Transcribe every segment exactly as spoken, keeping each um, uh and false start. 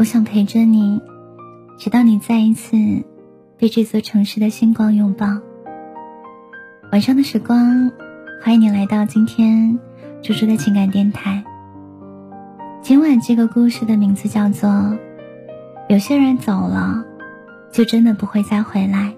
想陪着你，直到你再一次被这座城市的星光拥抱。晚上的时光，欢迎你来到今天猪猪的情感电台。今晚这个故事的名字叫做有些人走了，就真的不会再回来。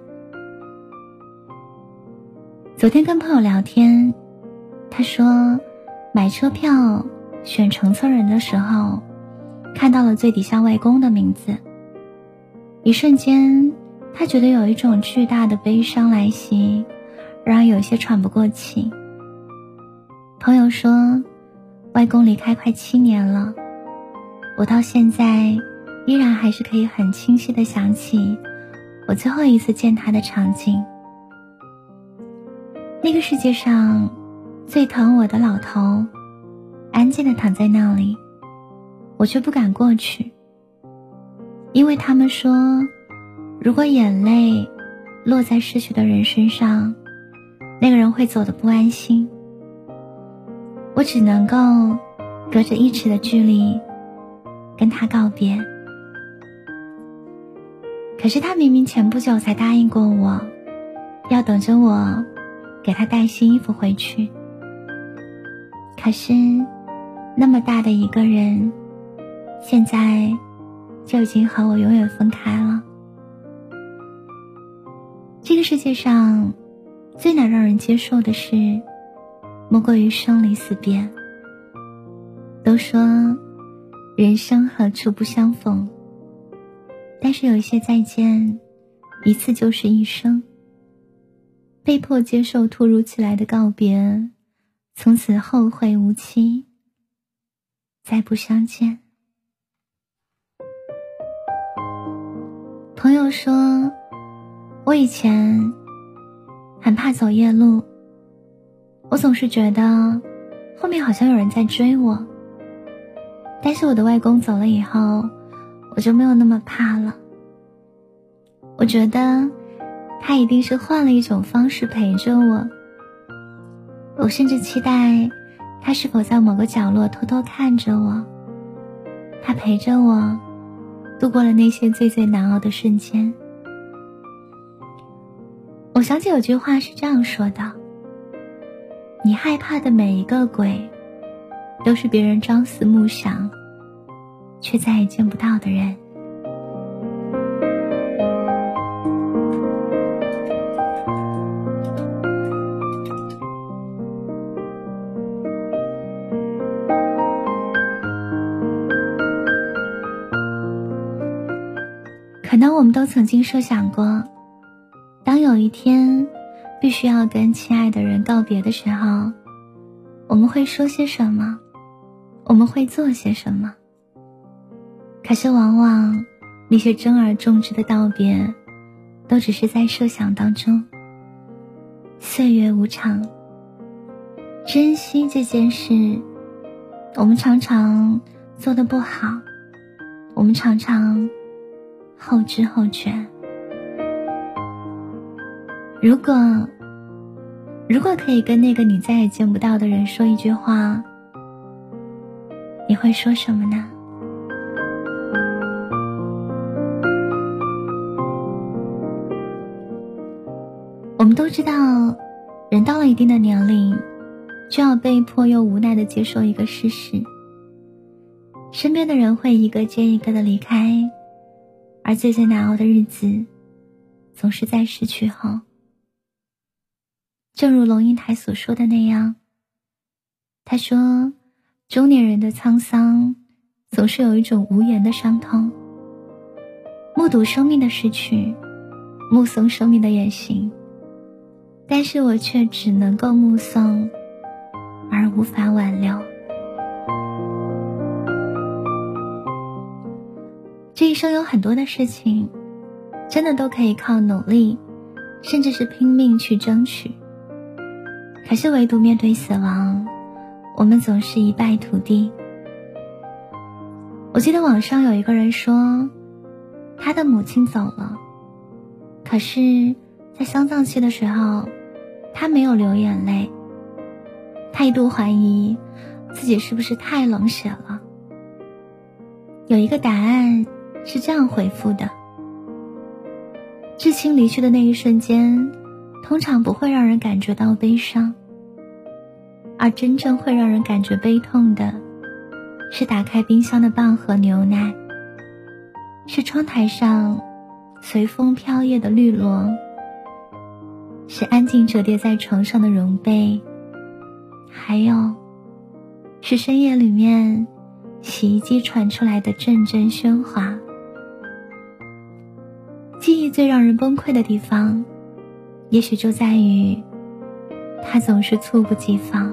昨天跟朋友聊天，他说买车票选乘车人的时候，看到了最底下外公的名字，一瞬间他觉得有一种巨大的悲伤来袭，让人有些喘不过气。朋友说外公离开快七年了，我到现在依然还是可以很清晰地想起我最后一次见他的场景。那个世界上最疼我的老头安静地躺在那里，我却不敢过去，因为他们说如果眼泪落在逝去的人身上，那个人会走得不安心。我只能够隔着一尺的距离跟他告别。可是他明明前不久才答应过我，要等着我给他带新衣服回去。可是那么大的一个人，现在就已经和我永远分开了。这个世界上最难让人接受的事，莫过于生离死别。都说人生何处不相逢，但是有一些再见，一次就是一生。被迫接受突如其来的告别，从此后会无期，再不相见。朋友说我以前很怕走夜路，我总是觉得后面好像有人在追我，但是我的外公走了以后，我就没有那么怕了。我觉得他一定是换了一种方式陪着我，我甚至期待他是否在某个角落偷偷看着我，他陪着我度过了那些最最难熬的瞬间。我想起有句话是这样说的，你害怕的每一个鬼，都是别人朝思暮想却再也见不到的人。可能我们都曾经设想过，当有一天必须要跟亲爱的人告别的时候，我们会说些什么，我们会做些什么。可是往往那些珍而重之的道别，都只是在设想当中。岁月无常，珍惜这件事，我们常常做得不好，我们常常后知后觉。如果如果可以跟那个你再也见不到的人说一句话，你会说什么呢？我们都知道，人到了一定的年龄，就要被迫又无奈地接受一个事实，身边的人会一个接一个的离开，而最最难熬的日子总是在失去后。正如龙应台所说的那样，他说中年人的沧桑总是有一种无言的伤痛，目睹生命的逝去，目送生命的远行，但是我却只能够目送而无法挽留。这一生有很多的事情真的都可以靠努力甚至是拼命去争取，可是唯独面对死亡，我们总是一败涂地。我记得网上有一个人说，他的母亲走了，可是在丧葬期的时候他没有流眼泪，他一度怀疑自己是不是太冷血了。有一个答案是这样回复的：至亲离去的那一瞬间，通常不会让人感觉到悲伤，而真正会让人感觉悲痛的，是打开冰箱的半盒牛奶，是窗台上随风飘曳的绿萝，是安静折叠在床上的绒被，还有是深夜里面洗衣机传出来的阵阵喧哗。记忆最让人崩溃的地方，也许就在于它总是猝不及防。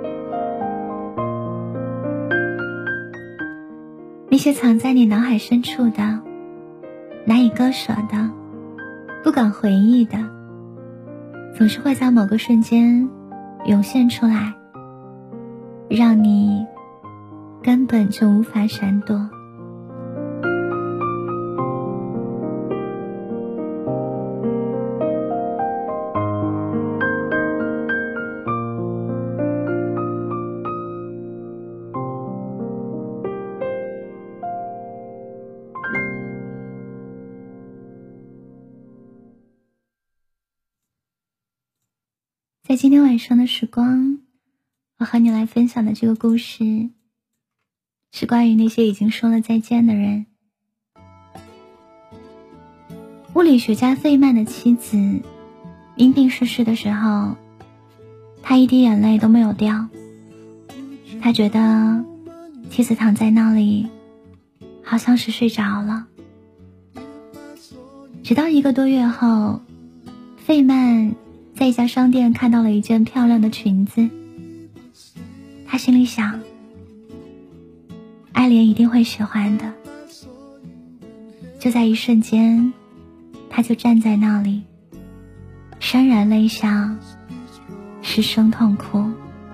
那些藏在你脑海深处的，难以割舍的，不敢回忆的，总是会在某个瞬间涌现出来，让你根本就无法闪躲。在今天晚上的时光，我和你来分享的这个故事，是关于那些已经说了再见的人。物理学家费曼的妻子因病逝世的时候，他一滴眼泪都没有掉。他觉得妻子躺在那里，好像是睡着了。直到一个多月后，费曼在一家商店看到了一件漂亮的裙子，他心里想，爱莲一定会喜欢的。就在一瞬间，他就站在那里，潸然泪下，失声痛哭。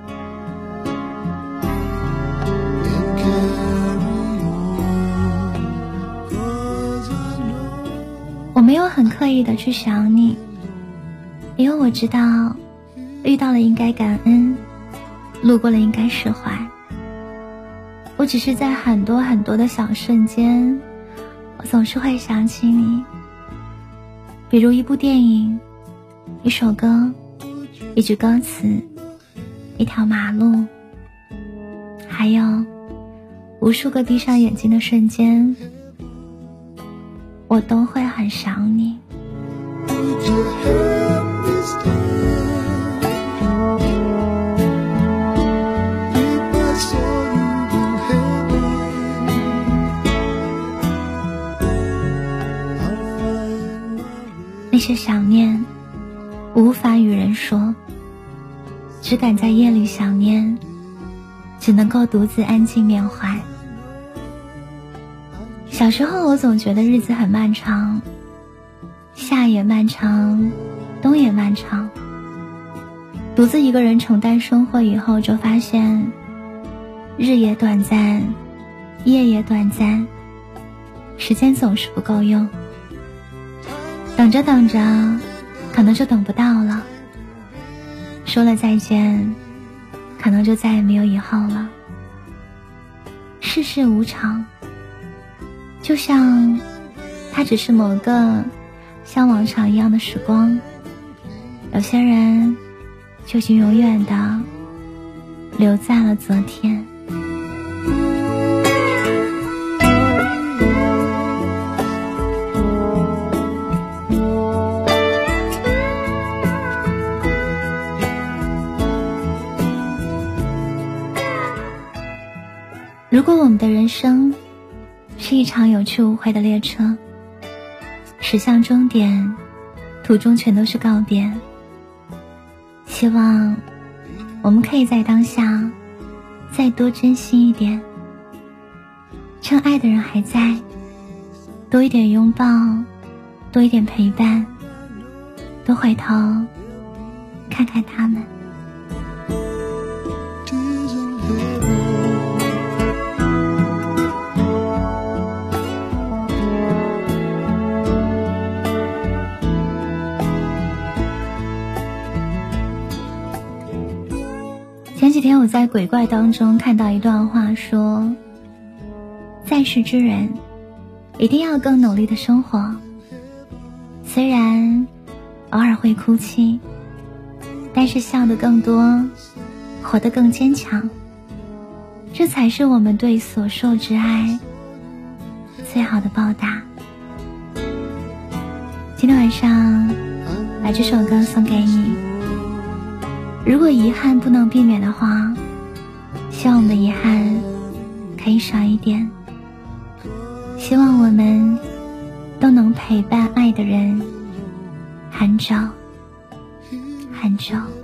我没有很刻意的去想你，因为我知道遇到了应该感恩，路过了应该释怀。我只是在很多很多的小瞬间，我总是会想起你，比如一部电影，一首歌，一句歌词，一条马路，还有无数个闭上眼睛的瞬间，我都会很想你。那些想念无法与人说，只敢在夜里想念，只能够独自安静缅怀。小时候我总觉得日子很漫长，夏也漫长，冬也漫长。独自一个人承担生活以后，就发现日也短暂，夜也短暂，时间总是不够用。等着等着，可能就等不到了。说了再见，可能就再也没有以后了。世事无常，就像它只是某个像往常一样的时光，有些人就已经永远的留在了昨天。如果我们的人生是一场有去无回的列车，驶向终点，途中全都是告别，希望我们可以在当下再多珍惜一点，趁爱的人还在，多一点拥抱，多一点陪伴，多回头看看他们。前几天我在鬼怪当中看到一段话，说在世之人一定要更努力的生活。虽然偶尔会哭泣，但是笑得更多，活得更坚强，这才是我们对所受之爱最好的报答。今天晚上把这首歌送给你，如果遗憾不能避免的话，希望我们的遗憾可以少一点，希望我们都能陪伴爱的人很久很久。